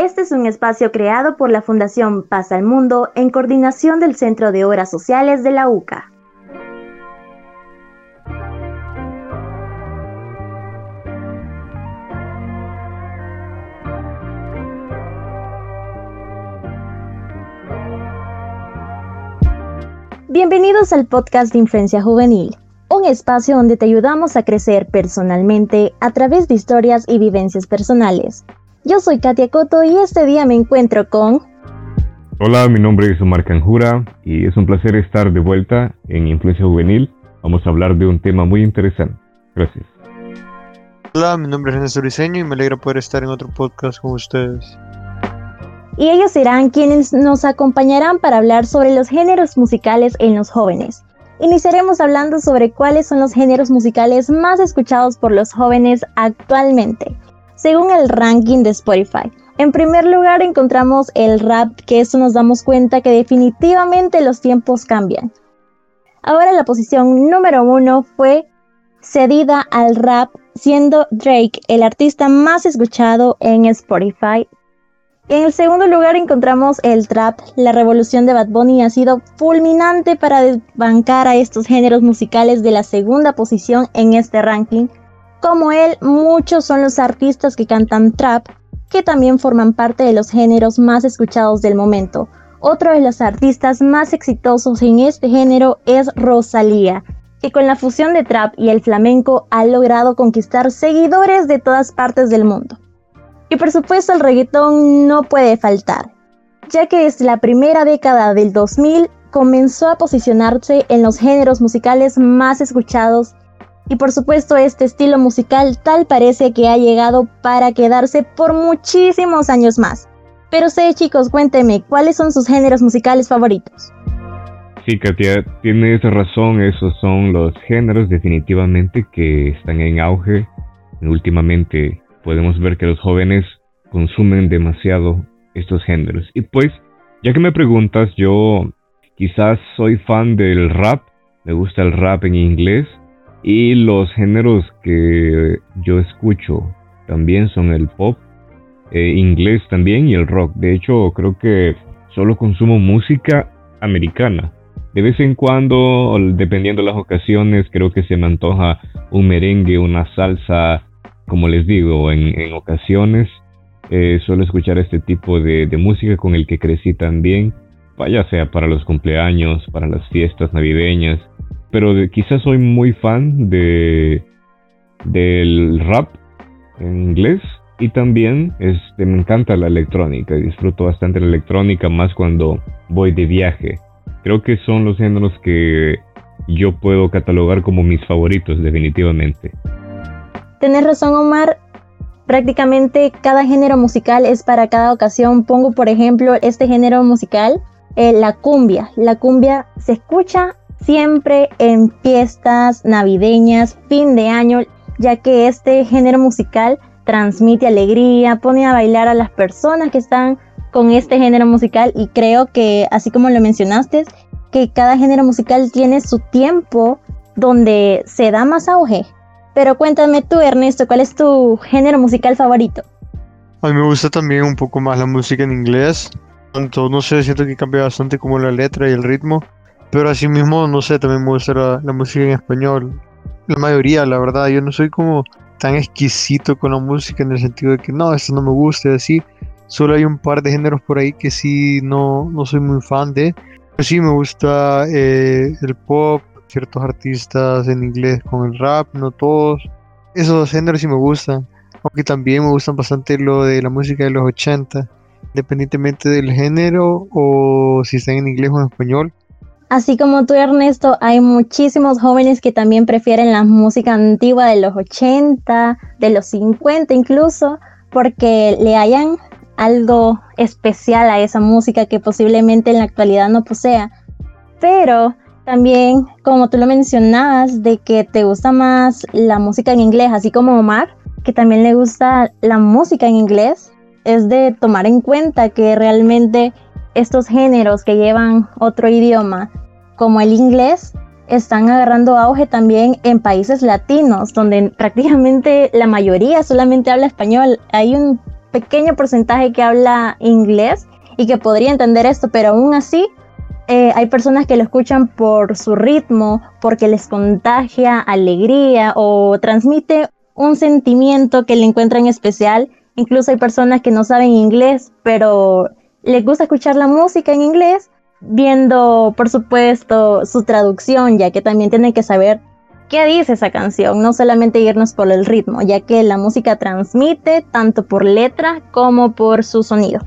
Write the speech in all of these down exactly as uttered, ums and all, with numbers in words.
Este es un espacio creado por la Fundación Paz al Mundo en coordinación del Centro de Obras Sociales de la U C A. Bienvenidos al podcast de Influencia Juvenil, un espacio donde te ayudamos a crecer personalmente a través de historias y vivencias personales. Yo soy Katia Coto y este día me encuentro con... Hola, mi nombre es Omar Canjura y es un placer estar de vuelta en Influencia Juvenil. Vamos a hablar de un tema muy interesante. Gracias. Hola, mi nombre es Ernesto Briceño y me alegra poder estar en otro podcast con ustedes. Y ellos serán quienes nos acompañarán para hablar sobre los géneros musicales en los jóvenes. Iniciaremos hablando sobre cuáles son los géneros musicales más escuchados por los jóvenes actualmente, según el ranking de Spotify. En primer lugar encontramos el rap, que eso nos damos cuenta que definitivamente los tiempos cambian. Ahora la posición número uno fue cedida al rap, siendo Drake el artista más escuchado en Spotify. En el segundo lugar encontramos el trap. La revolución de Bad Bunny ha sido fulminante para desbancar a estos géneros musicales de la segunda posición en este ranking. Como él, muchos son los artistas que cantan trap, que también forman parte de los géneros más escuchados del momento. Otro de los artistas más exitosos en este género es Rosalía, que con la fusión de trap y el flamenco ha logrado conquistar seguidores de todas partes del mundo. Y por supuesto el reggaetón no puede faltar, ya que desde la primera década del dos mil comenzó a posicionarse en los géneros musicales más escuchados y por supuesto este estilo musical tal parece que ha llegado para quedarse por muchísimos años más. Pero ustedes chicos, cuéntenme, ¿cuáles son sus géneros musicales favoritos? Sí, Katia, tienes razón, esos son los géneros definitivamente que están en auge últimamente. Podemos ver que los jóvenes consumen demasiado estos géneros. Y pues, ya que me preguntas, yo quizás soy fan del rap. Me gusta el rap en inglés. Y los géneros que yo escucho también son el pop, eh, inglés también y el rock. De hecho, creo que solo consumo música americana. De vez en cuando, dependiendo de las ocasiones, creo que se me antoja un merengue, una salsa. Como les digo, en, en ocasiones eh, suelo escuchar este tipo de, de música con el que crecí también, ya sea para los cumpleaños, para las fiestas navideñas, pero de, quizás soy muy fan de del rap en inglés y también este, me encanta la electrónica, disfruto bastante la electrónica más cuando voy de viaje. Creo que son los géneros que yo puedo catalogar como mis favoritos definitivamente. Tienes razón, Omar, prácticamente cada género musical es para cada ocasión. Pongo por ejemplo este género musical, eh, la cumbia. La cumbia se escucha siempre en fiestas navideñas, fin de año, ya que este género musical transmite alegría, pone a bailar a las personas que están con este género musical y creo que, así como lo mencionaste, que cada género musical tiene su tiempo donde se da más auge. Pero cuéntame tú, Ernesto, ¿cuál es tu género musical favorito? A mí me gusta también un poco más la música en inglés. Entonces, no sé, siento que cambia bastante como la letra y el ritmo. Pero así mismo, no sé, también me gusta la, la música en español. La mayoría, la verdad, yo no soy como tan exquisito con la música en el sentido de que no, esto no me gusta y así. Solo hay un par de géneros por ahí que sí no, no soy muy fan de. Pero sí me gusta eh, el pop, ciertos artistas en inglés con el rap, no todos. Esos dos géneros sí me gustan, aunque también me gustan bastante lo de la música de los ochenta, independientemente del género o si están en inglés o en español. Así como tú, Ernesto, hay muchísimos jóvenes que también prefieren la música antigua de los ochenta, de los cincuenta incluso, porque le hayan algo especial a esa música que posiblemente en la actualidad no posea. Pero también, como tú lo mencionabas, de que te gusta más la música en inglés, así como Omar, que también le gusta la música en inglés, es de tomar en cuenta que realmente estos géneros que llevan otro idioma, como el inglés, están agarrando auge también en países latinos, donde prácticamente la mayoría solamente habla español. Hay un pequeño porcentaje que habla inglés y que podría entender esto, pero aún así eh, hay personas que lo escuchan por su ritmo, porque les contagia alegría o transmite un sentimiento que le encuentran especial. Incluso hay personas que no saben inglés, pero les gusta escuchar la música en inglés, viendo, por supuesto, su traducción, ya que también tienen que saber qué dice esa canción, no solamente irnos por el ritmo, ya que la música transmite tanto por letra como por su sonido.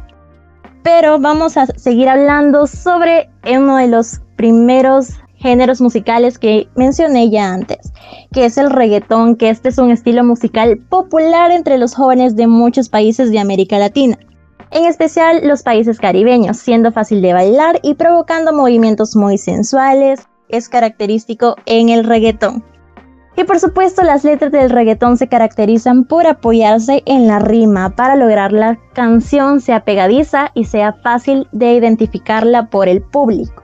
Pero vamos a seguir hablando sobre uno de los primeros géneros musicales que mencioné ya antes, que es el reggaetón, que este es un estilo musical popular entre los jóvenes de muchos países de América Latina, en especial los países caribeños, siendo fácil de bailar y provocando movimientos muy sensuales. Es característico en el reggaetón. Y por supuesto, las letras del reggaetón se caracterizan por apoyarse en la rima para lograr la canción sea pegadiza y sea fácil de identificarla por el público.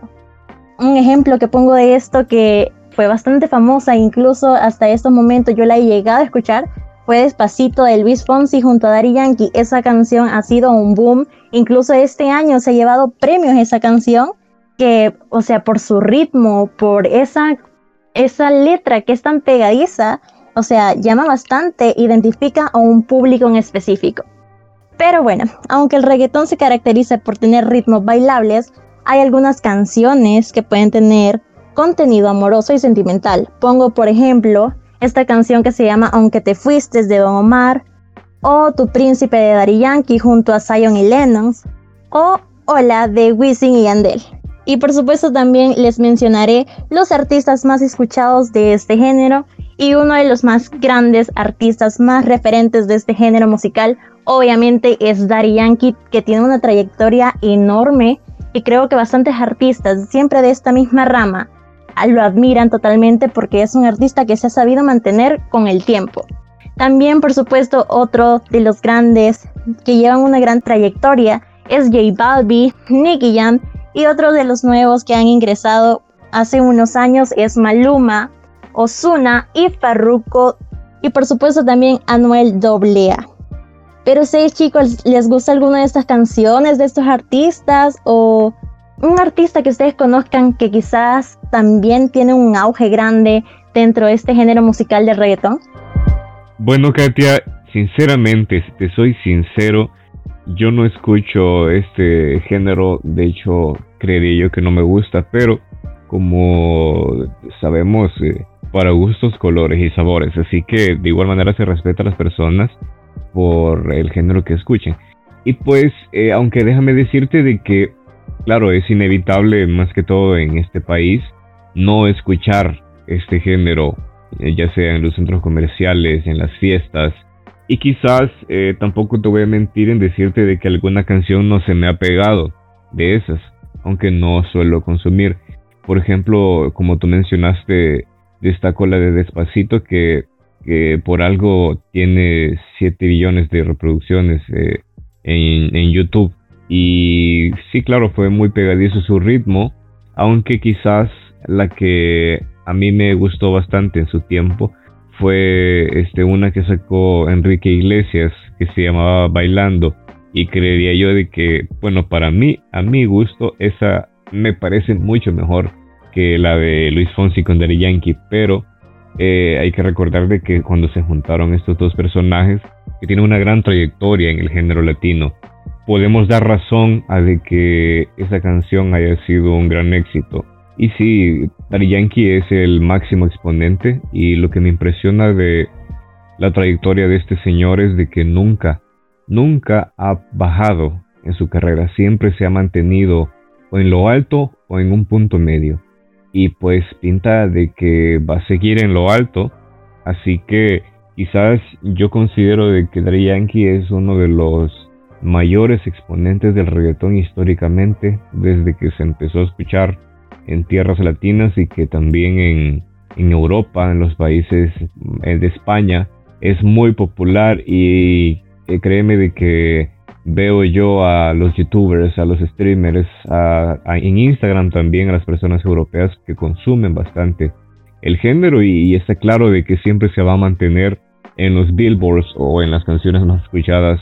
Un ejemplo que pongo de esto, que fue bastante famosa, incluso hasta estos momentos yo la he llegado a escuchar, fue Despacito de Luis Fonsi junto a Daddy Yankee. Esa canción ha sido un boom, incluso este año se ha llevado premios esa canción, que, o sea, por su ritmo, por esa, esa letra que es tan pegadiza, o sea, llama bastante, identifica a un público en específico. Pero bueno, aunque el reggaetón se caracteriza por tener ritmos bailables, hay algunas canciones que pueden tener contenido amoroso y sentimental. Pongo, por ejemplo, esta canción que se llama Aunque te fuiste de Don Omar, o Tu Príncipe de Daddy Yankee junto a Zion y Lennox, o Hola de Wisin y Yandel. Y por supuesto también les mencionaré los artistas más escuchados de este género, y uno de los más grandes artistas más referentes de este género musical obviamente es Daddy Yankee, que tiene una trayectoria enorme, y creo que bastantes artistas siempre de esta misma rama lo admiran totalmente porque es un artista que se ha sabido mantener con el tiempo. También, por supuesto, otro de los grandes que llevan una gran trayectoria es J Balvin, Nicky Jam, y otro de los nuevos que han ingresado hace unos años es Maluma, Ozuna y Farruko, y por supuesto también Anuel doble A. Pero ustedes, chicos, ¿les gusta alguna de estas canciones de estos artistas, o un artista que ustedes conozcan que quizás también tiene un auge grande dentro de este género musical de reggaetón? Bueno, Katia, sinceramente, si te soy sincero, yo no escucho este género. De hecho, creería yo que no me gusta, pero como sabemos, eh, para gustos, colores y sabores, así que de igual manera se respeta a las personas por el género que escuchen. Y pues, eh, aunque déjame decirte de que, claro, es inevitable, más que todo en este país, no escuchar este género, eh, ya sea en los centros comerciales, en las fiestas. Y quizás eh, tampoco te voy a mentir en decirte de que alguna canción no se me ha pegado de esas, aunque no suelo consumir. Por ejemplo, como tú mencionaste, destaco la de Despacito, que, que por algo tiene siete billones de reproducciones eh, en, en YouTube. Y sí, claro, fue muy pegadizo su ritmo, aunque quizás la que a mí me gustó bastante en su tiempo fue este, una que sacó Enrique Iglesias, que se llamaba Bailando, y creería yo de que, bueno, para mí, a mi gusto, esa me parece mucho mejor que la de Luis Fonsi con Daddy Yankee, pero eh, hay que recordar de que cuando se juntaron estos dos personajes, que tienen una gran trayectoria en el género latino, podemos dar razón a de que esa canción haya sido un gran éxito. Y sí, Daddy Yankee es el máximo exponente, y lo que me impresiona de la trayectoria de este señor es de que nunca, nunca ha bajado en su carrera, siempre se ha mantenido o en lo alto o en un punto medio, y pues pinta de que va a seguir en lo alto, así que quizás yo considero de que Daddy Yankee es uno de los mayores exponentes del reggaetón históricamente, desde que se empezó a escuchar en tierras latinas, y que también en, en Europa, en los países de España, es muy popular. Y eh, créeme de que veo yo a los youtubers, a los streamers, a, a, en Instagram también, a las personas europeas que consumen bastante el género, y, y está claro de que siempre se va a mantener en los billboards o en las canciones más escuchadas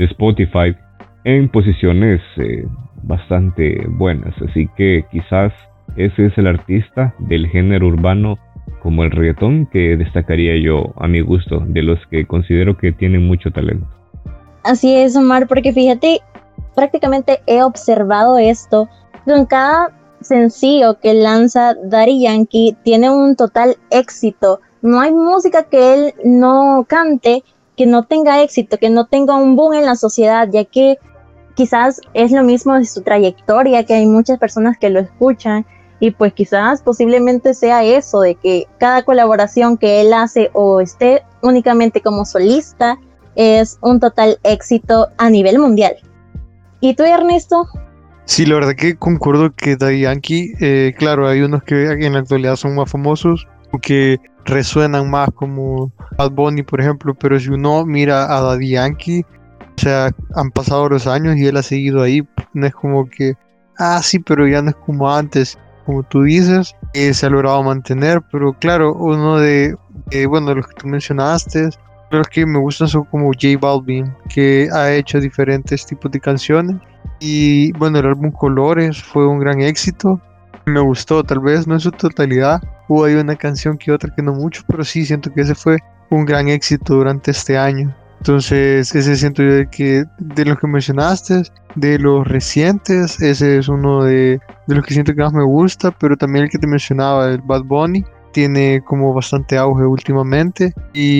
de Spotify en posiciones eh, bastante buenas. Así que quizás ese es el artista del género urbano como el reggaetón que destacaría yo a mi gusto, de los que considero que tienen mucho talento. Así es, Omar, porque fíjate, prácticamente he observado esto. Con cada sencillo que lanza Daddy Yankee tiene un total éxito. No hay música que él no cante que no tenga éxito, que no tenga un boom en la sociedad, ya que quizás es lo mismo de su trayectoria, que hay muchas personas que lo escuchan, y pues quizás posiblemente sea eso, de que cada colaboración que él hace o esté únicamente como solista es un total éxito a nivel mundial. ¿Y tú, Ernesto? Sí, la verdad que concuerdo que Daddy Yankee, eh, claro, hay unos que en la actualidad son más famosos, que resuenan más como Bad Bunny, por ejemplo, pero si uno mira a Daddy Yankee, o sea, han pasado los años y él ha seguido ahí, no es como que, ah, sí, pero ya no es como antes, como tú dices, eh, se ha logrado mantener, pero claro, uno de, de, bueno, de los que tú mencionaste, los que me gustan son como J Balvin, que ha hecho diferentes tipos de canciones, y bueno, el álbum Colores fue un gran éxito, me gustó, tal vez no en su totalidad, hubo ahí una canción que otra que no mucho, pero sí siento que ese fue un gran éxito durante este año. Entonces ese siento yo de que de los que mencionaste, de los recientes, ese es uno de, de los que siento que más me gusta, pero también el que te mencionaba, el Bad Bunny, tiene como bastante auge últimamente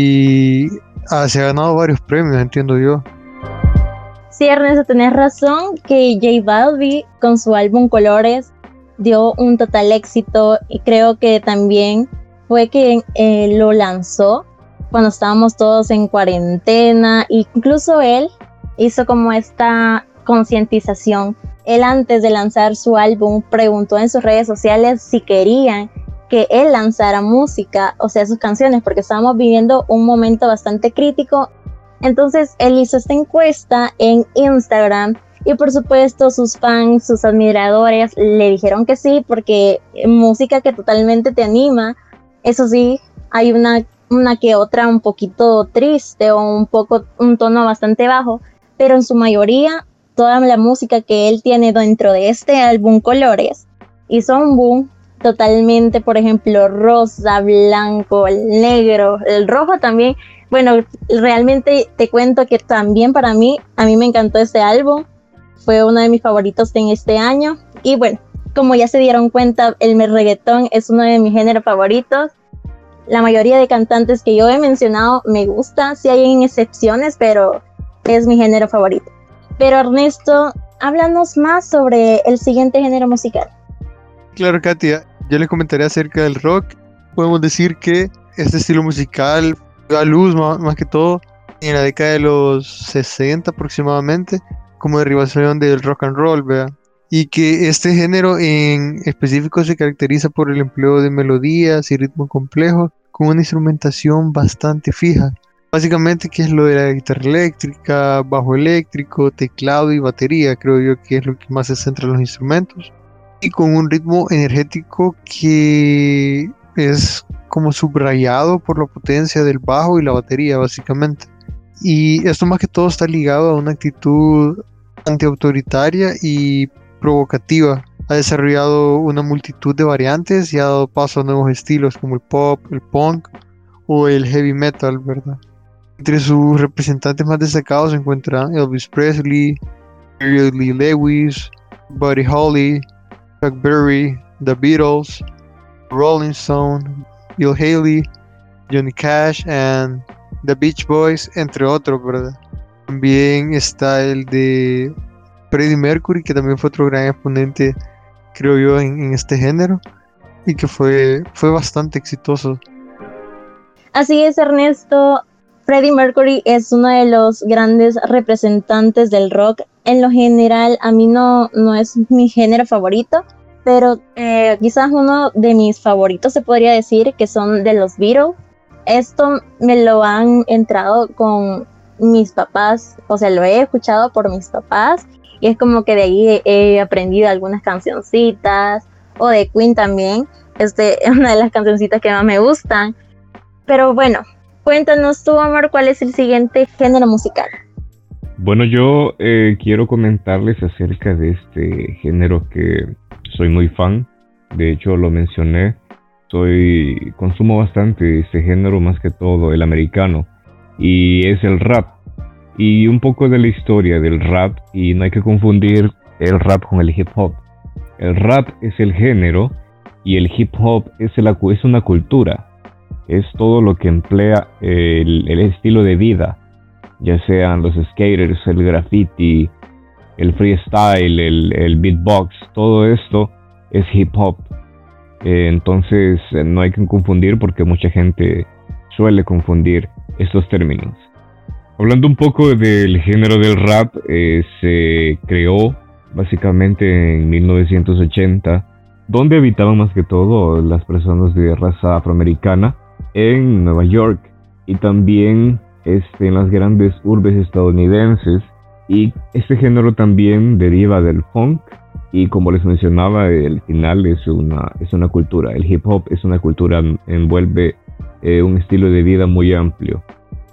y ah, se ha ganado varios premios, entiendo yo. Sí, Ernesto, tenés razón que J Balvin con su álbum Colores dio un total éxito, y creo que también fue que eh, lo lanzó cuando estábamos todos en cuarentena, e incluso él hizo como esta concientización. Él, antes de lanzar su álbum, preguntó en sus redes sociales si querían que él lanzara música, o sea, sus canciones, porque estábamos viviendo un momento bastante crítico. Entonces él hizo esta encuesta en Instagram, y por supuesto sus fans, sus admiradores le dijeron que sí, porque música que totalmente te anima. Eso sí, hay una, una que otra un poquito triste o un poco un tono bastante bajo, pero en su mayoría toda la música que él tiene dentro de este álbum Colores hizo un boom totalmente. Por ejemplo, rosa, blanco, el negro, el rojo también. Bueno, realmente te cuento que también para mí, a mí me encantó este álbum. Fue uno de mis favoritos en este año. Y bueno, como ya se dieron cuenta, el reggaetón es uno de mis géneros favoritos. La mayoría de cantantes que yo he mencionado me gusta. Sí hay excepciones, pero es mi género favorito. Pero Ernesto, háblanos más sobre el siguiente género musical. Claro, Katia, yo les comentaré acerca del rock. Podemos decir que este estilo musical dio a luz más, más que todo en la década de los sesenta aproximadamente, como derivación del rock and roll, ¿verdad? Y que este género en específico se caracteriza por el empleo de melodías y ritmos complejos con una instrumentación bastante fija. Básicamente, que es lo de la guitarra eléctrica, bajo eléctrico, teclado y batería, creo yo que es lo que más se centra en los instrumentos. Y con un ritmo energético que es como subrayado por la potencia del bajo y la batería, básicamente. Y esto más que todo está ligado a una actitud antiautoritaria y provocativa. Ha desarrollado una multitud de variantes y ha dado paso a nuevos estilos como el pop, el punk o el heavy metal, ¿verdad? Entre sus representantes más destacados se encuentran Elvis Presley, Jerry Lee Lewis, Buddy Holly, Chuck Berry, The Beatles, Rolling Stone, Bill Haley, Johnny Cash and The Beach Boys, entre otros, ¿verdad? También está el de Freddie Mercury, que también fue otro gran exponente, creo yo, en, en este género, y que fue, fue bastante exitoso. Así es, Ernesto. Freddie Mercury es uno de los grandes representantes del rock. En lo general, a mí no, no es mi género favorito, pero eh, quizás uno de mis favoritos se podría decir que son de los Beatles. Esto me lo han entrado con mis papás, o sea, lo he escuchado por mis papás, y es como que de ahí he aprendido algunas cancioncitas, o de Queen también. Este es una de las cancioncitas que más me gustan. Pero bueno, cuéntanos tú, Omar, ¿cuál es el siguiente género musical? Bueno, yo eh, quiero comentarles acerca de este género que soy muy fan. De hecho, lo mencioné. Soy consumo bastante este género, más que todo el americano, y es el rap. Y un poco de la historia del rap, y no hay que confundir el rap con el hip hop. El rap es el género y el hip hop es, el, es una cultura. Es todo lo que emplea el, el estilo de vida, ya sean los skaters, el graffiti, el freestyle, el, el beatbox, todo esto es hip hop. Eh, entonces eh, no hay que confundir, porque mucha gente suele confundir estos términos. Hablando un poco del género del rap, eh, se creó básicamente en mil novecientos ochenta, donde habitaban más que todo las personas de raza afroamericana en Nueva York, y también este, en las grandes urbes estadounidenses. Y este género también deriva del funk, y como les mencionaba, el final es una, es una cultura. El hip hop es una cultura, envuelve eh, un estilo de vida muy amplio,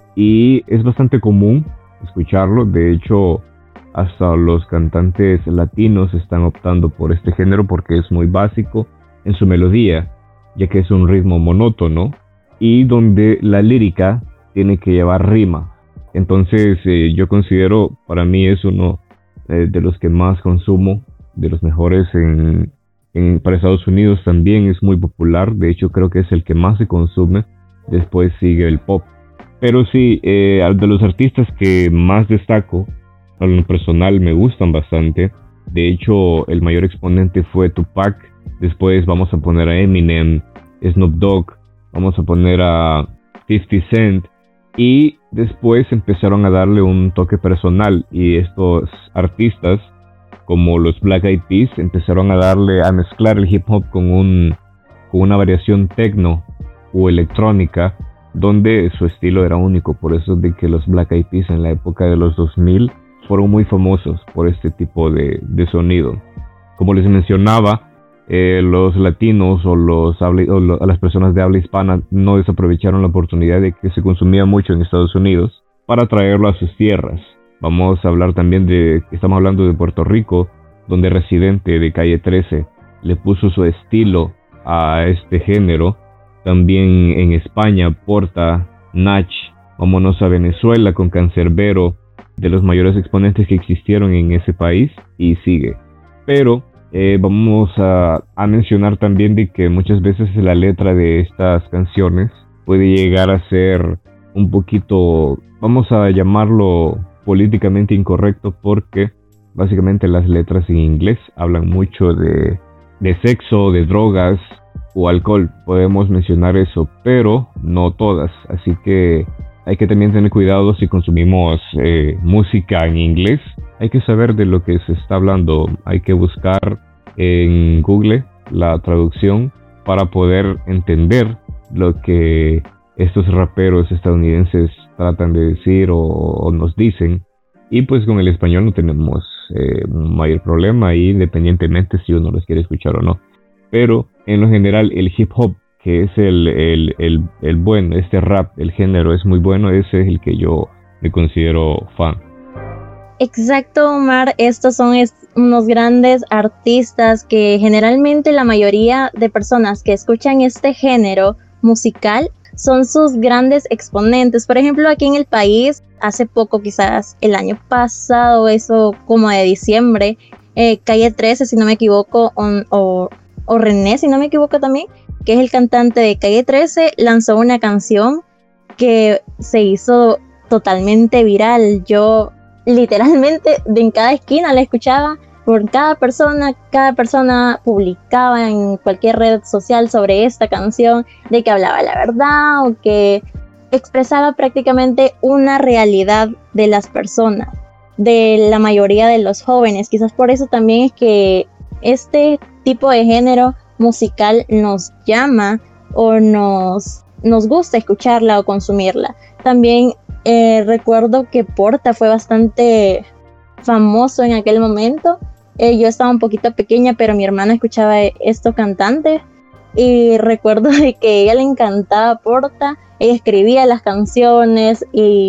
y es bastante común escucharlo. De hecho, hasta los cantantes latinos están optando por este género porque es muy básico en su melodía, ya que es un ritmo monótono y donde la lírica tiene que llevar rima. Entonces eh, yo considero, para mí es uno eh, de los que más consumo, de los mejores en, en, para Estados Unidos también es muy popular. De hecho, creo que es el que más se consume. Después sigue el pop. Pero sí, eh, de los artistas que más destaco, a lo personal me gustan bastante. De hecho, el mayor exponente fue Tupac. Después vamos a poner a Eminem, Snoop Dogg, vamos a poner a fifty Cent. Y después empezaron a darle un toque personal, y estos artistas, como los Black Eyed Peas, empezaron a darle, a mezclar el hip hop con, un, con una variación techno o electrónica, donde su estilo era único. Por eso de que los Black Eyed Peas en la época de los dos mil fueron muy famosos por este tipo de, de sonido. Como les mencionaba, eh, los latinos o, los habla, o lo, las personas de habla hispana no desaprovecharon la oportunidad de que se consumía mucho en Estados Unidos para traerlo a sus tierras. Vamos a hablar también de, estamos hablando de Puerto Rico, donde Residente de Calle trece le puso su estilo a este género. También en España, Porta, Nach. Vámonos a Venezuela con Cancerbero, de los mayores exponentes que existieron en ese país, y sigue. Pero eh, vamos a, a mencionar también de que muchas veces la letra de estas canciones puede llegar a ser un poquito, vamos a llamarlo políticamente incorrecto, porque básicamente las letras en inglés hablan mucho de, de sexo, de drogas o alcohol. Podemos mencionar eso, pero no todas. Así que hay que también tener cuidado si consumimos eh, música en inglés. Hay que saber de lo que se está hablando. Hay que buscar en Google la traducción para poder entender lo que estos raperos estadounidenses tratan de decir o, o nos dicen. Y pues con el español no tenemos eh, un mayor problema, independientemente si uno los quiere escuchar o no. Pero en lo general el hip hop, que es el, el, el, el bueno, este rap, el género es muy bueno, ese es el que yo me considero fan. Exacto, Omar, estos son est- unos grandes artistas que generalmente la mayoría de personas que escuchan este género musical son sus grandes exponentes. Por ejemplo, aquí en el país, hace poco, quizás el año pasado, eso como de diciembre, eh, Calle trece, si no me equivoco, on, o, o René, si no me equivoco también, que es el cantante de Calle trece, lanzó una canción que se hizo totalmente viral. Yo literalmente de en cada esquina la escuchaba, por cada persona, cada persona publicaba en cualquier red social sobre esta canción, de que hablaba la verdad o que expresaba prácticamente una realidad de las personas, de la mayoría de los jóvenes. Quizás por eso también es que este tipo de género musical nos llama o nos, nos gusta escucharla o consumirla. También eh, recuerdo que Porta fue bastante famoso en aquel momento. Eh, yo estaba un poquito pequeña, pero mi hermana escuchaba estos cantantes y recuerdo de que a ella le encantaba Porta. Ella escribía las canciones y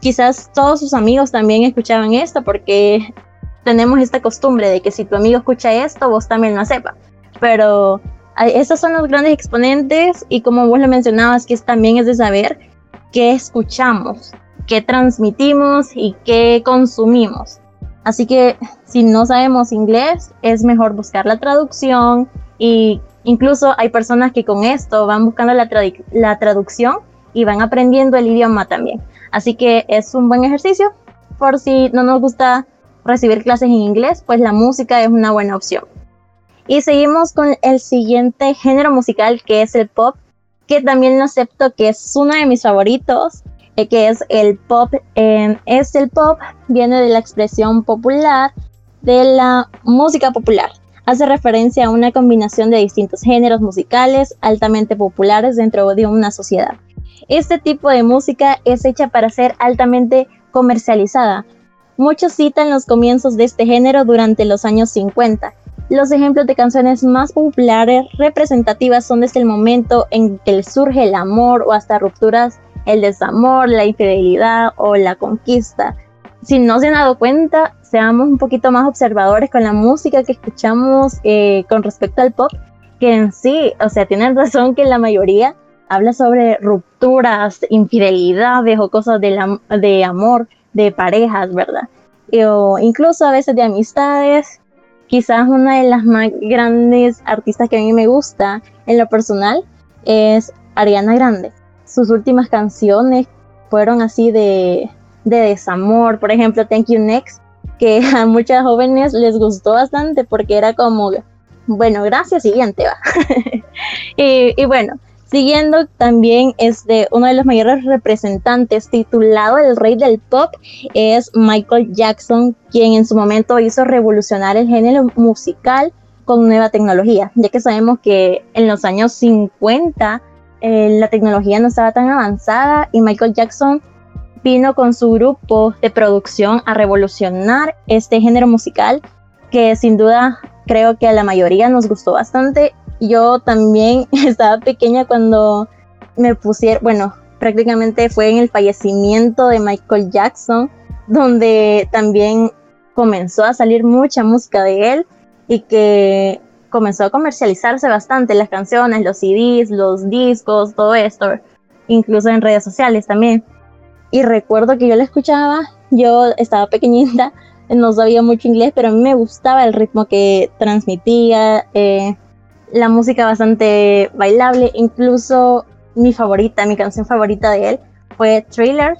quizás todos sus amigos también escuchaban esto, porque tenemos esta costumbre de que si tu amigo escucha esto, vos también lo sepas. Pero esos son los grandes exponentes, y como vos lo mencionabas, que también es de saber qué escuchamos, qué transmitimos y qué consumimos. Así que si no sabemos inglés, es mejor buscar la traducción, y incluso hay personas que con esto van buscando la, tradu- la traducción y van aprendiendo el idioma también. Así que es un buen ejercicio. Por si no nos gusta recibir clases en inglés, pues la música es una buena opción. Y seguimos con el siguiente género musical, que es el pop, que también lo acepto que es uno de mis favoritos, eh, que es el pop. Eh, es el pop, viene de la expresión popular, de la música popular. Hace referencia a una combinación de distintos géneros musicales altamente populares dentro de una sociedad. Este tipo de música es hecha para ser altamente comercializada. Muchos citan los comienzos de este género durante los años cincuenta. Los ejemplos de canciones más populares representativas son desde el momento en que surge el amor o hasta rupturas, el desamor, la infidelidad o la conquista. Si no se han dado cuenta, seamos un poquito más observadores con la música que escuchamos eh, con respecto al pop, que en sí, o sea, tienen razón que la mayoría habla sobre rupturas, infidelidades o cosas de, la, de amor, de parejas, ¿verdad? O incluso a veces de amistades. Quizás una de las más grandes artistas que a mí me gusta en lo personal es Ariana Grande. Sus últimas canciones fueron así de, de desamor. Por ejemplo, Thank You Next, que a muchas jóvenes les gustó bastante porque era como, bueno, gracias, siguiente va. y, y bueno, siguiendo también es de uno de los mayores representantes, titulado el rey del pop, es Michael Jackson, quien en su momento hizo revolucionar el género musical con nueva tecnología, ya que sabemos que en los años cincuenta eh, la tecnología no estaba tan avanzada, y Michael Jackson vino con su grupo de producción a revolucionar este género musical, que sin duda creo que a la mayoría nos gustó bastante. Yo también estaba pequeña cuando me pusieron, bueno, prácticamente fue en el fallecimiento de Michael Jackson, donde también comenzó a salir mucha música de él, y que comenzó a comercializarse bastante las canciones, los C Ds, los discos, todo esto, incluso en redes sociales también. Y recuerdo que yo la escuchaba, yo estaba pequeñita, no sabía mucho inglés, pero a mí me gustaba el ritmo que transmitía, eh, la música bastante bailable. Incluso mi favorita, mi canción favorita de él fue Thriller.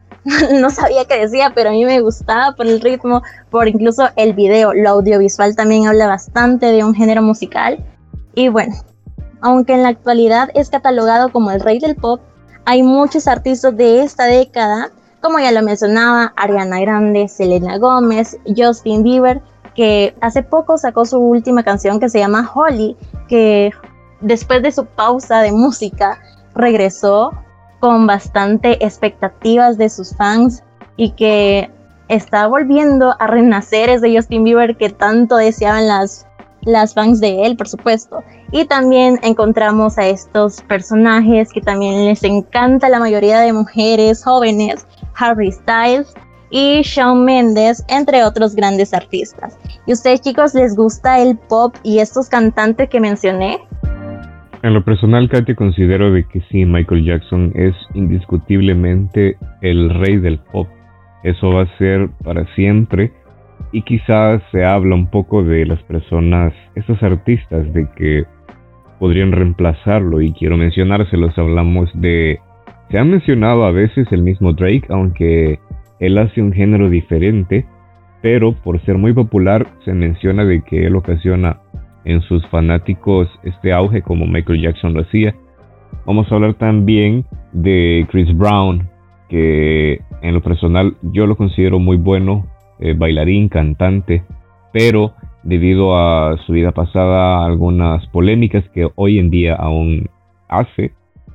No sabía qué decía, pero a mí me gustaba por el ritmo, por incluso el video. Lo audiovisual también habla bastante de un género musical. Y bueno, aunque en la actualidad es catalogado como el rey del pop, hay muchos artistas de esta década, como ya lo mencionaba, Ariana Grande, Selena Gómez, Justin Bieber, que hace poco sacó su última canción que se llama Holy, que después de su pausa de música regresó con bastante expectativas de sus fans, y que está volviendo a renacer ese Justin Bieber que tanto deseaban las, las fans de él, por supuesto. Y también encontramos a estos personajes que también les encanta la mayoría de mujeres jóvenes, Harry Styles y Shawn Mendes, entre otros grandes artistas. ¿Y ustedes, chicos, les gusta el pop y estos cantantes que mencioné? En lo personal, Katia, considero de que sí, Michael Jackson es indiscutiblemente el rey del pop. Eso va a ser para siempre. Y quizás se habla un poco de las personas, estos artistas, de que podrían reemplazarlo, y quiero mencionárselos. Hablamos de... Se ha mencionado a veces el mismo Drake, aunque él hace un género diferente, pero por ser muy popular se menciona de que él ocasiona en sus fanáticos este auge como Michael Jackson lo hacía. Vamos a hablar también de Chris Brown, que en lo personal yo lo considero muy bueno, eh, bailarín, cantante, pero debido a su vida pasada, algunas polémicas que hoy en día aún hace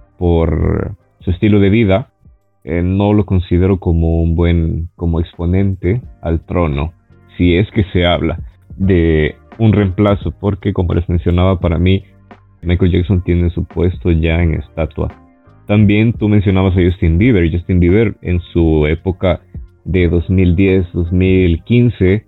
por su estilo de vida, eh, no lo considero como un buen, como exponente al trono, si es que se habla de un reemplazo, porque como les mencionaba, para mí Michael Jackson tiene su puesto ya en estatua. También tú mencionabas a Justin Bieber. Justin Bieber en su época de dos mil diez, dos mil quince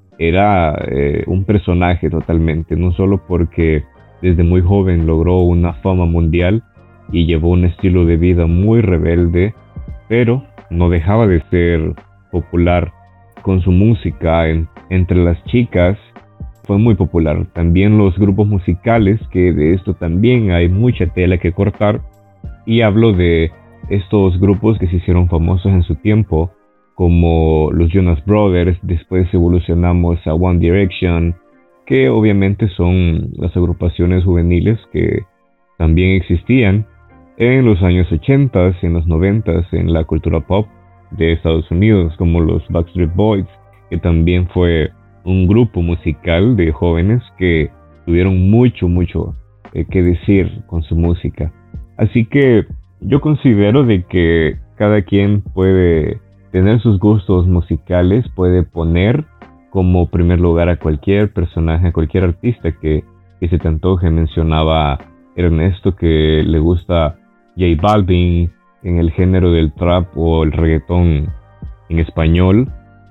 era eh, un personaje totalmente, no solo porque desde muy joven logró una fama mundial y llevó un estilo de vida muy rebelde, pero no dejaba de ser popular con su música en, entre las chicas. Fue muy popular. También los grupos musicales, que de esto también hay mucha tela que cortar, y hablo de estos grupos que se hicieron famosos en su tiempo, como los Jonas Brothers. Después evolucionamos a One Direction, que obviamente son las agrupaciones juveniles que también existían en los años ochenta, en los noventa, en la cultura pop de Estados Unidos, como los Backstreet Boys, que también fue un grupo musical de jóvenes que tuvieron mucho, mucho eh, que decir con su música. Así que yo considero de que cada quien puede tener sus gustos musicales, puede poner como primer lugar a cualquier personaje, a cualquier artista que, que se te antoje. Mencionaba Ernesto que le gusta J Balvin en el género del trap o el reggaetón en español,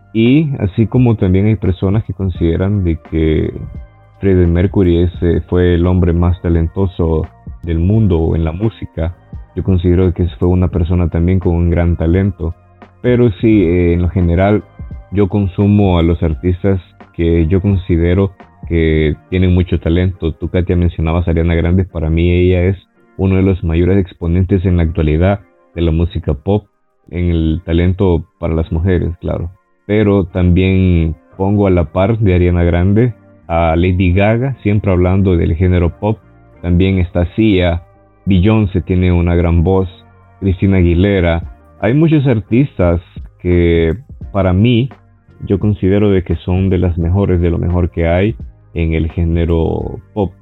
y así como también hay personas que consideran de que Freddie Mercury ese fue el hombre más talentoso del mundo en la música. Yo considero que fue una persona también con un gran talento, pero sí, eh, en lo general yo consumo a los artistas que yo considero que tienen mucho talento. Tú, Katia, mencionabas a Ariana Grande. Para mí ella es uno de los mayores exponentes en la actualidad de la música pop, en el talento para las mujeres, claro. Pero también pongo a la par de Ariana Grande a Lady Gaga, siempre hablando del género pop. También está Sia, Beyoncé tiene una gran voz, Christina Aguilera. Hay muchos artistas que para mí yo considero de que son de las mejores, de lo mejor que hay en el género pop.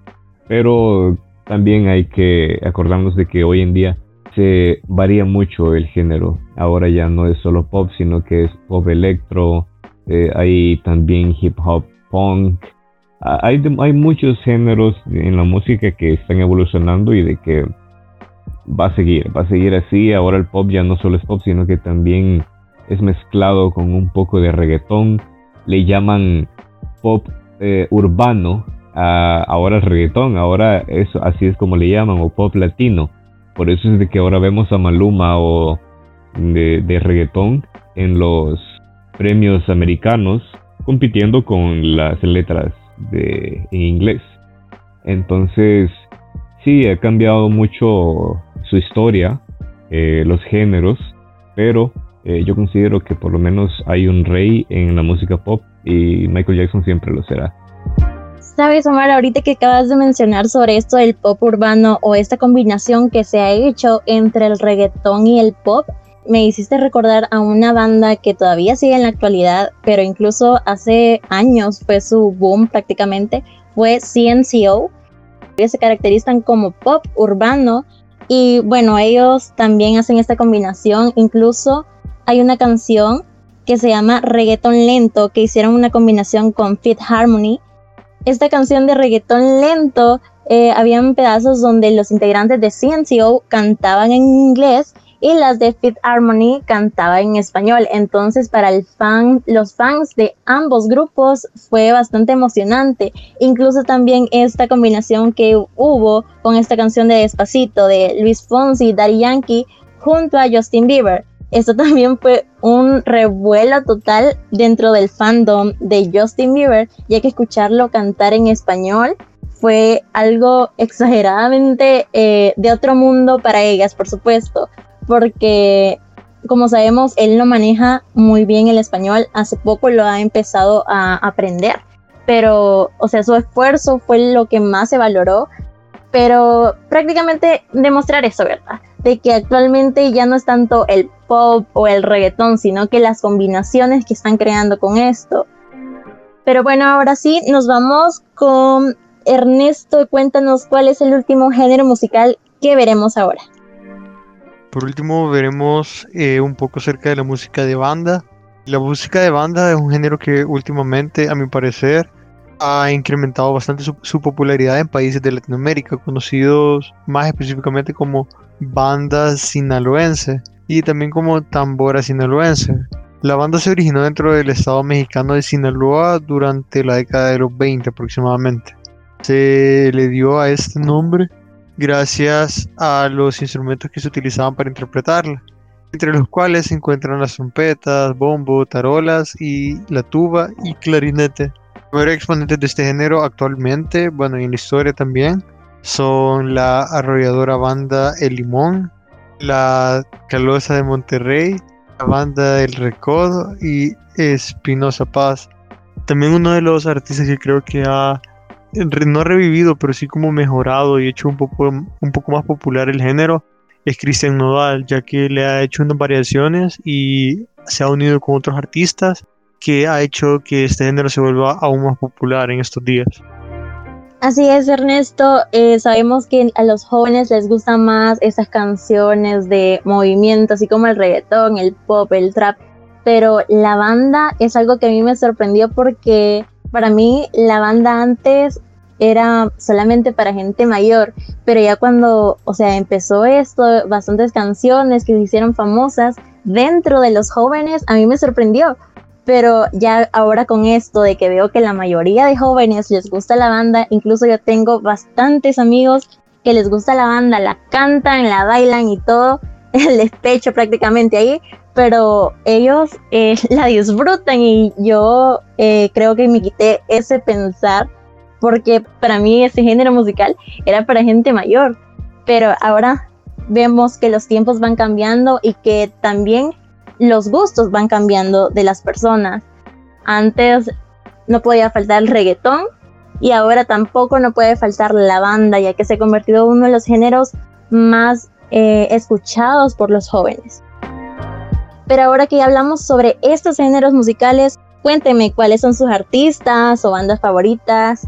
Pero también hay que acordarnos de que hoy en día se varía mucho el género. Ahora ya no es solo pop, sino que es pop electro, eh, hay también hip hop, punk. Hay, hay muchos géneros en la música que están evolucionando y de que va a seguir, va a seguir así. Ahora el pop ya no solo es pop, sino que también es mezclado con un poco de reggaetón. Le llaman pop eh, urbano a, ahora el reggaetón, ahora eso, así es como le llaman, o pop latino. Por eso es de que ahora vemos a Maluma o de, de reggaetón en los premios americanos compitiendo con las letras de, en inglés. Entonces sí, ha cambiado mucho su historia, eh, los géneros, pero eh, yo considero que por lo menos hay un rey en la música pop y Michael Jackson siempre lo será. Sabes, Omar, ahorita que acabas de mencionar sobre esto del pop urbano o esta combinación que se ha hecho entre el reggaetón y el pop, me hiciste recordar a una banda que todavía sigue en la actualidad, pero incluso hace años fue su boom prácticamente, fue C N C O. Ellos se caracterizan como pop urbano y bueno, ellos también hacen esta combinación. Incluso hay una canción que se llama Reggaetón Lento, que hicieron una combinación con Fifth Harmony. Esta canción de reggaetón lento, eh, habían pedazos donde los integrantes de C N C O cantaban en inglés y las de Fifth Harmony cantaban en español. Entonces para el fan, los fans de ambos grupos fue bastante emocionante. Incluso también esta combinación que hubo con esta canción de Despacito de Luis Fonsi y Daddy Yankee junto a Justin Bieber. Esto también fue un revuelo total dentro del fandom de Justin Bieber, ya que escucharlo cantar en español fue algo exageradamente eh, de otro mundo para ellas, por supuesto, porque como sabemos, él no maneja muy bien el español, hace poco lo ha empezado a aprender, pero, o sea, su esfuerzo fue lo que más se valoró, pero prácticamente demostrar eso, ¿verdad? De que actualmente ya no es tanto el pop o el reggaetón, sino que las combinaciones que están creando con esto. Pero bueno, ahora sí, nos vamos con Ernesto. Cuéntanos cuál es el último género musical que veremos ahora. Por último, veremos eh, un poco acerca de la música de banda. La música de banda es un género que últimamente, a mi parecer, ha incrementado bastante su, su popularidad en países de Latinoamérica, conocidos más específicamente como banda sinaloense y también como tambora sinaloense. La banda se originó dentro del estado mexicano de Sinaloa durante la década de los veinte aproximadamente. Se le dio a este nombre gracias a los instrumentos que se utilizaban para interpretarla, entre los cuales se encuentran las trompetas, bombo, tarolas y la tuba y clarinete. Los mayores exponentes de este género actualmente, bueno, y en la historia también, son la arrolladora banda El Limón, la Calosa de Monterrey, la banda El Recodo y Espinosa Paz. También uno de los artistas que creo que ha no revivido, pero sí como mejorado y hecho un poco, un poco más popular el género, es Cristian Nodal, ya que le ha hecho unas variaciones y se ha unido con otros artistas que ha hecho que este género se vuelva aún más popular en estos días. Así es, Ernesto. Eh, sabemos que a los jóvenes les gustan más esas canciones de movimiento, así como el reggaetón, el pop, el trap, pero la banda es algo que a mí me sorprendió porque para mí la banda antes era solamente para gente mayor, pero ya cuando, o sea, empezó esto, bastantes canciones que se hicieron famosas dentro de los jóvenes, a mí me sorprendió. Pero ya ahora con esto de que veo que la mayoría de jóvenes les gusta la banda, incluso yo tengo bastantes amigos que les gusta la banda, la cantan, la bailan y todo, les pecho prácticamente ahí, pero ellos eh, la disfrutan y yo eh, creo que me quité ese pensar porque para mí ese género musical era para gente mayor, pero ahora vemos que los tiempos van cambiando y que también los gustos van cambiando de las personas. Antes no podía faltar el reggaetón y ahora tampoco no puede faltar la banda, ya que se ha convertido en uno de los géneros más eh, escuchados por los jóvenes. Pero ahora que ya hablamos sobre estos géneros musicales, cuénteme cuáles son sus artistas o bandas favoritas.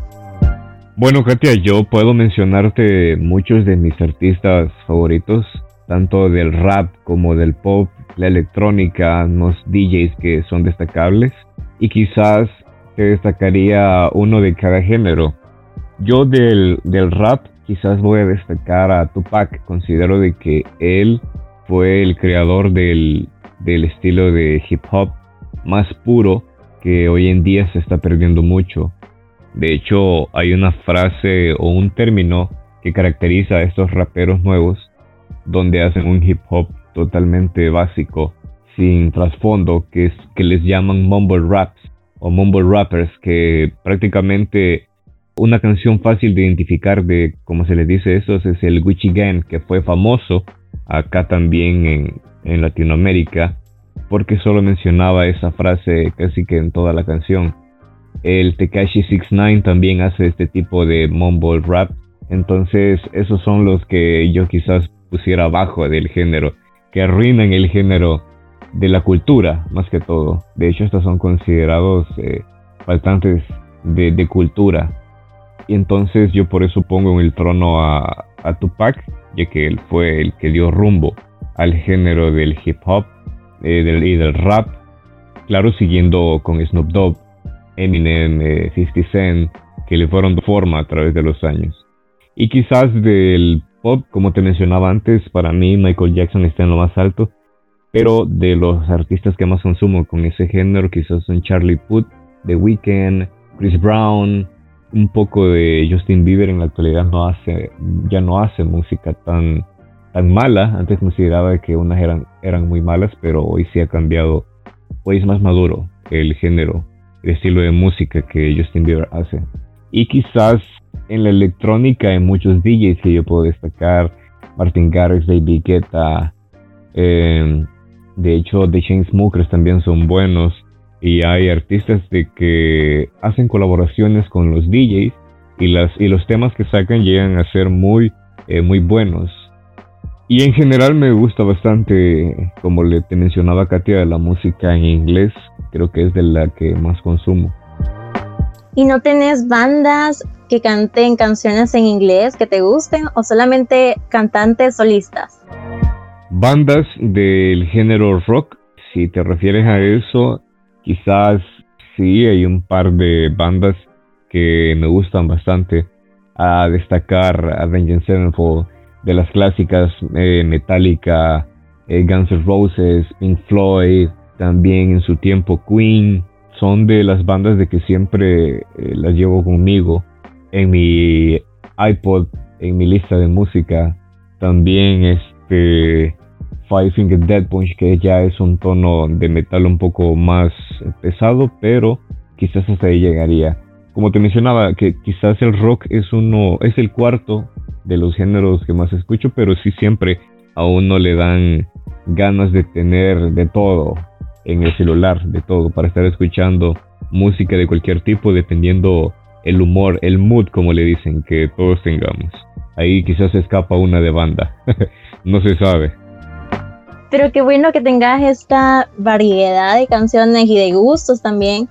Bueno, Katia, yo puedo mencionarte muchos de mis artistas favoritos, tanto del rap como del pop, la electrónica, unos D Js que son destacables, y quizás te destacaría uno de cada género. Yo del, del rap quizás voy a destacar a Tupac. Considero de que él fue el creador del, del estilo de hip hop más puro que hoy en día se está perdiendo mucho. De hecho, hay una frase o un término que caracteriza a estos raperos nuevos, donde hacen un hip hop totalmente básico, sin trasfondo, que es que les llaman mumble raps o mumble rappers, que prácticamente una canción fácil de identificar de cómo se les dice eso es el Gucci Gang, que fue famoso acá también en, en Latinoamérica, porque solo mencionaba esa frase casi que en toda la canción. El Tekashi six nine también hace este tipo de mumble rap. Entonces esos son los que yo quizás pusiera abajo del género, que arruinan el género de la cultura más que todo. De hecho, estos son considerados eh, faltantes de, de cultura. Y entonces yo por eso pongo en el trono a, a Tupac, ya que él fue el que dio rumbo al género del hip hop eh, del, y del rap. Claro, siguiendo con Snoop Dogg, Eminem, eh, fifty Cent, que le fueron de forma a través de los años. Y quizás del pop, como te mencionaba antes, para mí Michael Jackson está en lo más alto, pero de los artistas que más consumo con ese género quizás son Charlie Puth, The Weeknd, Chris Brown, un poco de Justin Bieber. En la actualidad no hace, ya no hace música tan, tan mala. Antes consideraba que unas eran, eran muy malas, pero hoy sí ha cambiado, hoy es más maduro el género, el estilo de música que Justin Bieber hace. Y quizás en la electrónica hay muchos D Js que yo puedo destacar, Martin Garrix, David Guetta, eh, de hecho The Chainsmokers también son buenos, y hay artistas de que hacen colaboraciones con los D Js y, las, y los temas que sacan llegan a ser muy, eh, muy buenos. Y en general me gusta bastante, como le te mencionaba Katia, la música en inglés, creo que es de la que más consumo. ¿Y no tenés bandas que canten canciones en inglés que te gusten o solamente cantantes solistas? Bandas del género rock, si te refieres a eso, quizás sí hay un par de bandas que me gustan bastante. A destacar Avenged Sevenfold, de las clásicas, eh, Metallica, eh, Guns N' Roses, Pink Floyd, también en su tiempo Queen. Son de las bandas de que siempre eh, las llevo conmigo en mi iPod, en mi lista de música. También este Five Finger Death Punch, que ya es un tono de metal un poco más pesado, pero quizás hasta ahí llegaría. Como te mencionaba, que quizás el rock es uno, es el cuarto de los géneros que más escucho, pero sí siempre a uno le dan ganas de tener de todo en el celular, de todo, para estar escuchando música de cualquier tipo, dependiendo el humor, el mood, como le dicen, que todos tengamos. Ahí quizás se escapa una de banda, no se sabe. Pero qué bueno que tengas esta variedad de canciones y de gustos también.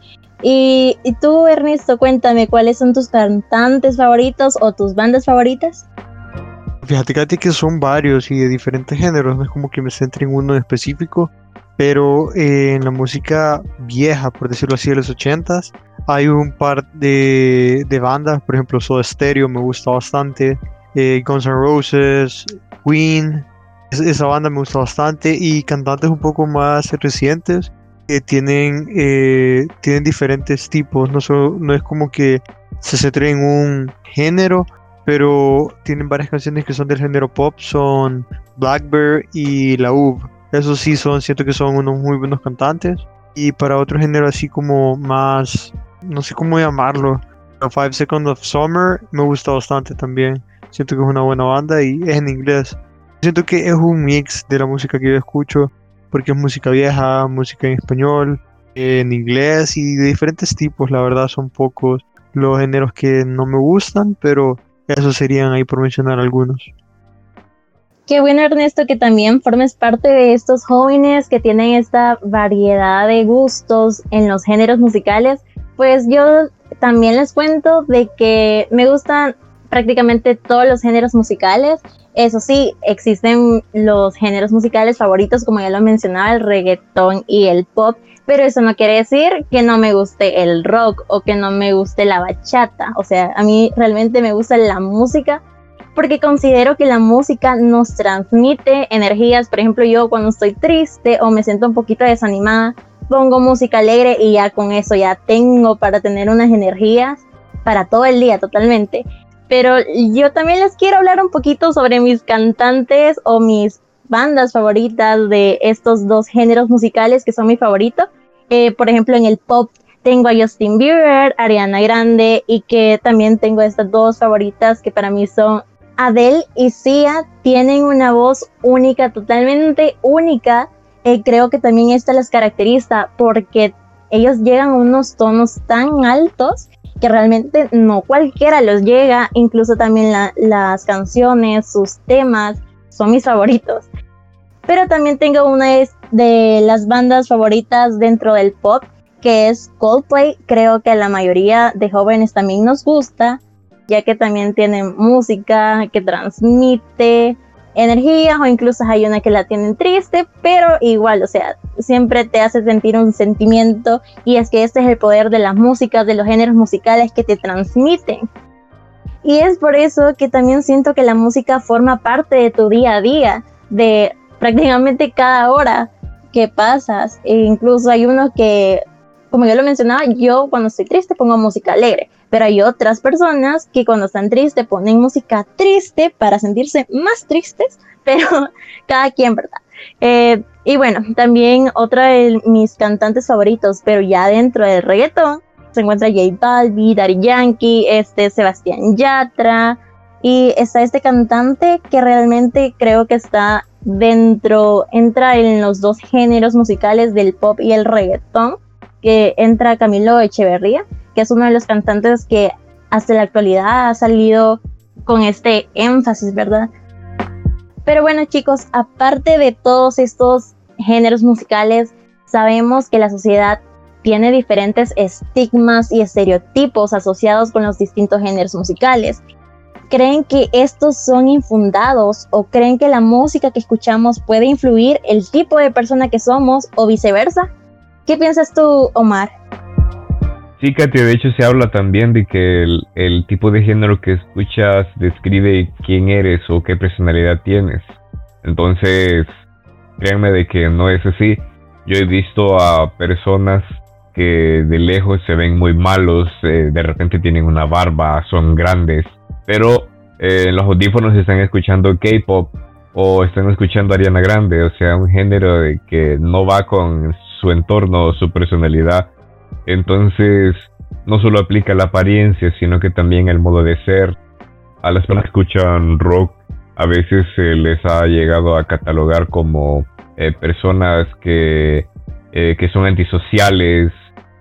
Y, y tú, Ernesto, cuéntame, ¿cuáles son tus cantantes favoritos o tus bandas favoritas? Fíjate, Katy, que son varios y de diferentes géneros, no es como que me centre en uno en específico, pero eh, en la música vieja, por decirlo así, de los ochentas, hay un par de, de bandas, por ejemplo, Soda Stereo me gusta bastante, eh, Guns N' Roses, Queen, es, esa banda me gusta bastante, y cantantes un poco más recientes, que tienen, eh, tienen diferentes tipos, no, solo, no es como que se centren en un género, pero tienen varias canciones que son del género pop, son Blackbird y La U V. Esos sí son, siento que son unos muy buenos cantantes. Y para otro género así como más, no sé cómo llamarlo, Five Seconds of Summer me gusta bastante también. Siento que es una buena banda y es en inglés. Siento que es un mix de la música que yo escucho, porque es música vieja, música en español, en inglés y de diferentes tipos. La verdad son pocos los géneros que no me gustan, pero esos serían ahí por mencionar algunos. Qué bueno, Ernesto, que también formes parte de estos jóvenes que tienen esta variedad de gustos en los géneros musicales. Pues yo también les cuento de que me gustan prácticamente todos los géneros musicales. Eso sí, existen los géneros musicales favoritos, como ya lo mencionaba, el reggaetón y el pop, pero eso no quiere decir que no me guste el rock o que no me guste la bachata. O sea, a mí realmente me gusta la música porque considero que la música nos transmite energías. Por ejemplo, yo cuando estoy triste o me siento un poquito desanimada, pongo música alegre y ya con eso ya tengo para tener unas energías para todo el día totalmente. Pero yo también les quiero hablar un poquito sobre mis cantantes o mis bandas favoritas de estos dos géneros musicales que son mi favorito. Eh, por ejemplo, en el pop tengo a Justin Bieber, Ariana Grande, y que también tengo estas dos favoritas que para mí son Adele y Sia. Tienen una voz única, totalmente única. Eh, creo que también esta las caracteriza porque ellos llegan a unos tonos tan altos que realmente no cualquiera los llega. Incluso también la, las canciones, sus temas son mis favoritos. Pero también tengo una de, de las bandas favoritas dentro del pop, que es Coldplay. Creo que a la mayoría de jóvenes también nos gusta, ya que también tienen música que transmite energía, o incluso hay una que la tienen triste, pero igual, o sea, siempre te hace sentir un sentimiento, y es que este es el poder de las músicas, de los géneros musicales que te transmiten. Y es por eso que también siento que la música forma parte de tu día a día, de prácticamente cada hora que pasas. E incluso hay unos que, como yo lo mencionaba, yo cuando estoy triste pongo música alegre, pero hay otras personas que cuando están tristes ponen música triste para sentirse más tristes, pero cada quien, ¿verdad? Eh, y bueno, también otra de mis cantantes favoritos, pero ya dentro del reggaetón, se encuentra J Balvin, Daddy Yankee, este, Sebastián Yatra, y está este cantante que realmente creo que está dentro, entra en los dos géneros musicales del pop y el reggaetón, que entra Camilo Echeverría, que es uno de los cantantes que hasta la actualidad ha salido con este énfasis, ¿verdad? Pero bueno, chicos, aparte de todos estos géneros musicales, sabemos que la sociedad tiene diferentes estigmas y estereotipos asociados con los distintos géneros musicales. ¿Creen que estos son infundados o creen que la música que escuchamos puede influir el tipo de persona que somos o viceversa? ¿Qué piensas tú, Omar? Sí, Katia, de hecho se habla también de que el, el tipo de género que escuchas describe quién eres o qué personalidad tienes. Entonces, créanme de que no es así. Yo he visto a personas que de lejos se ven muy malos, eh, de repente tienen una barba, son grandes, pero eh, en los audífonos están escuchando K-pop o están escuchando Ariana Grande, o sea, un género de que no va con su entorno o su personalidad. Entonces, no solo aplica la apariencia, sino que también el modo de ser. A las personas que escuchan rock, a veces se les ha llegado a catalogar como eh, personas que, eh, que son antisociales,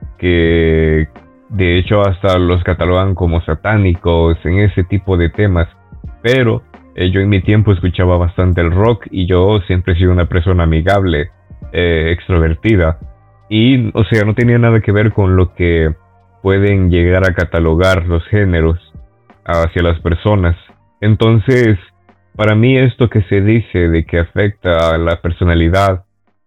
que de hecho hasta los catalogan como satánicos en ese tipo de temas. Pero eh, yo en mi tiempo escuchaba bastante el rock y yo siempre he sido una persona amigable, eh, extrovertida. Y, o sea, no tenía nada que ver con lo que pueden llegar a catalogar los géneros hacia las personas. Entonces, para mí esto que se dice de que afecta a la personalidad,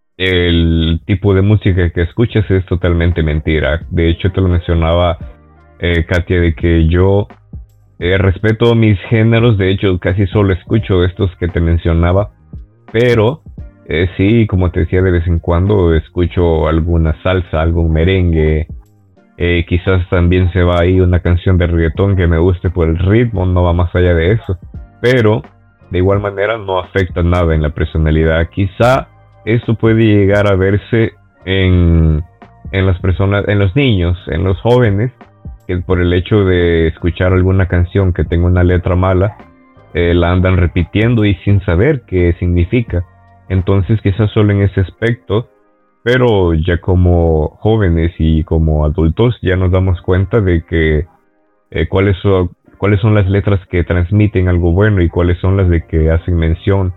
el tipo de música que escuchas, es totalmente mentira. De hecho, te lo mencionaba, eh, Katia, de que yo eh, respeto mis géneros. De hecho, casi solo escucho estos que te mencionaba. Pero Eh, sí, como te decía, de vez en cuando escucho alguna salsa, algún merengue. Eh, quizás también se va ahí una canción de reggaetón que me guste por el ritmo, no va más allá de eso. Pero de igual manera no afecta nada en la personalidad. Quizá esto puede llegar a verse en, en las personas, en los niños, en los jóvenes, que por el hecho de escuchar alguna canción que tenga una letra mala, eh, la andan repitiendo y sin saber qué significa. Entonces quizás solo en ese aspecto, pero ya como jóvenes y como adultos ya nos damos cuenta de que eh, cuáles son, cuáles son las letras que transmiten algo bueno y cuáles son las de que hacen mención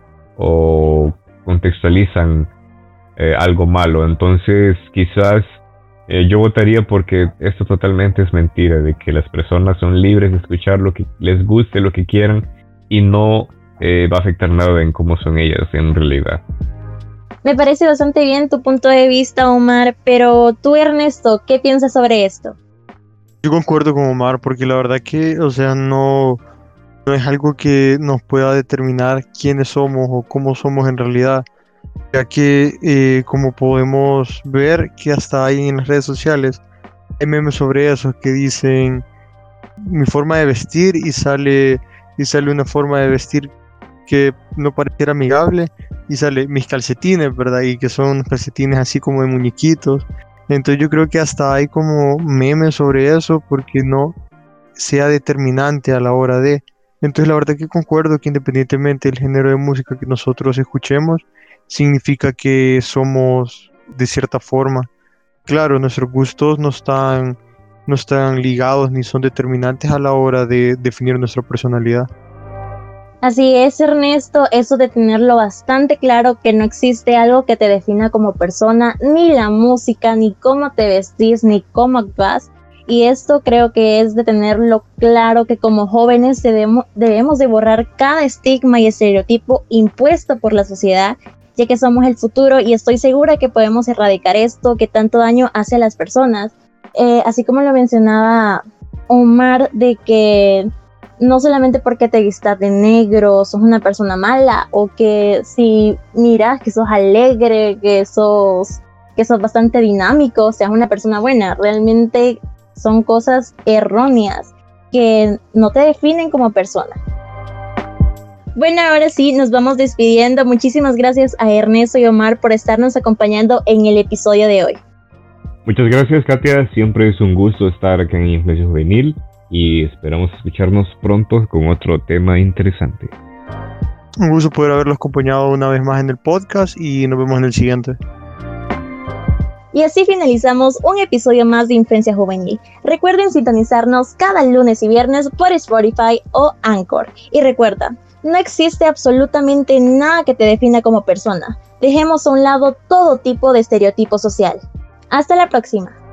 o contextualizan eh, algo malo. Entonces quizás eh, yo votaría porque esto totalmente es mentira, de que las personas son libres de escuchar lo que les guste, lo que quieran, y no Eh, va a afectar nada en cómo son ellas en realidad. Me parece bastante bien tu punto de vista, Omar, pero tú, Ernesto, ¿qué piensas sobre esto? Yo concuerdo con Omar porque la verdad que, o sea, no, no es algo que nos pueda determinar quiénes somos o cómo somos en realidad, ya que eh, como podemos ver que hasta hay en las redes sociales, hay memes sobre eso que dicen mi forma de vestir y sale, y sale una forma de vestir que no pareciera amigable y sale mis calcetines, ¿verdad? Y que son calcetines así como de muñequitos. Entonces yo creo que hasta hay como memes sobre eso porque no sea determinante a la hora de... Entonces la verdad que concuerdo que independientemente del género de música que nosotros escuchemos, significa que somos de cierta forma. Claro, nuestros gustos no están, no están ligados ni son determinantes a la hora de definir nuestra personalidad. Así es, Ernesto, eso de tenerlo bastante claro, que no existe algo que te defina como persona, ni la música, ni cómo te vestís, ni cómo actúas. Y esto creo que es de tenerlo claro, que como jóvenes debemos, debemos de borrar cada estigma y estereotipo impuesto por la sociedad, ya que somos el futuro y estoy segura que podemos erradicar esto que tanto daño hace a las personas. Eh, así como lo mencionaba Omar, de que no solamente porque te vistas de negro sos una persona mala, o que si miras que sos alegre, que sos, que sos bastante dinámico, seas una persona buena. Realmente son cosas erróneas que no te definen como persona. Bueno, ahora sí, nos vamos despidiendo. Muchísimas gracias a Ernesto y Omar por estarnos acompañando en el episodio de hoy. Muchas gracias, Katia. Siempre es un gusto estar acá en Influencia Juvenil y esperamos escucharnos pronto con otro tema interesante. Un gusto poder haberlos acompañado una vez más en el podcast y nos vemos en el siguiente. Y así finalizamos un episodio más de Influencia Juvenil. Recuerden sintonizarnos cada lunes y viernes por Spotify o Anchor. Y recuerda, no existe absolutamente nada que te defina como persona. Dejemos a un lado todo tipo de estereotipo social. Hasta la próxima.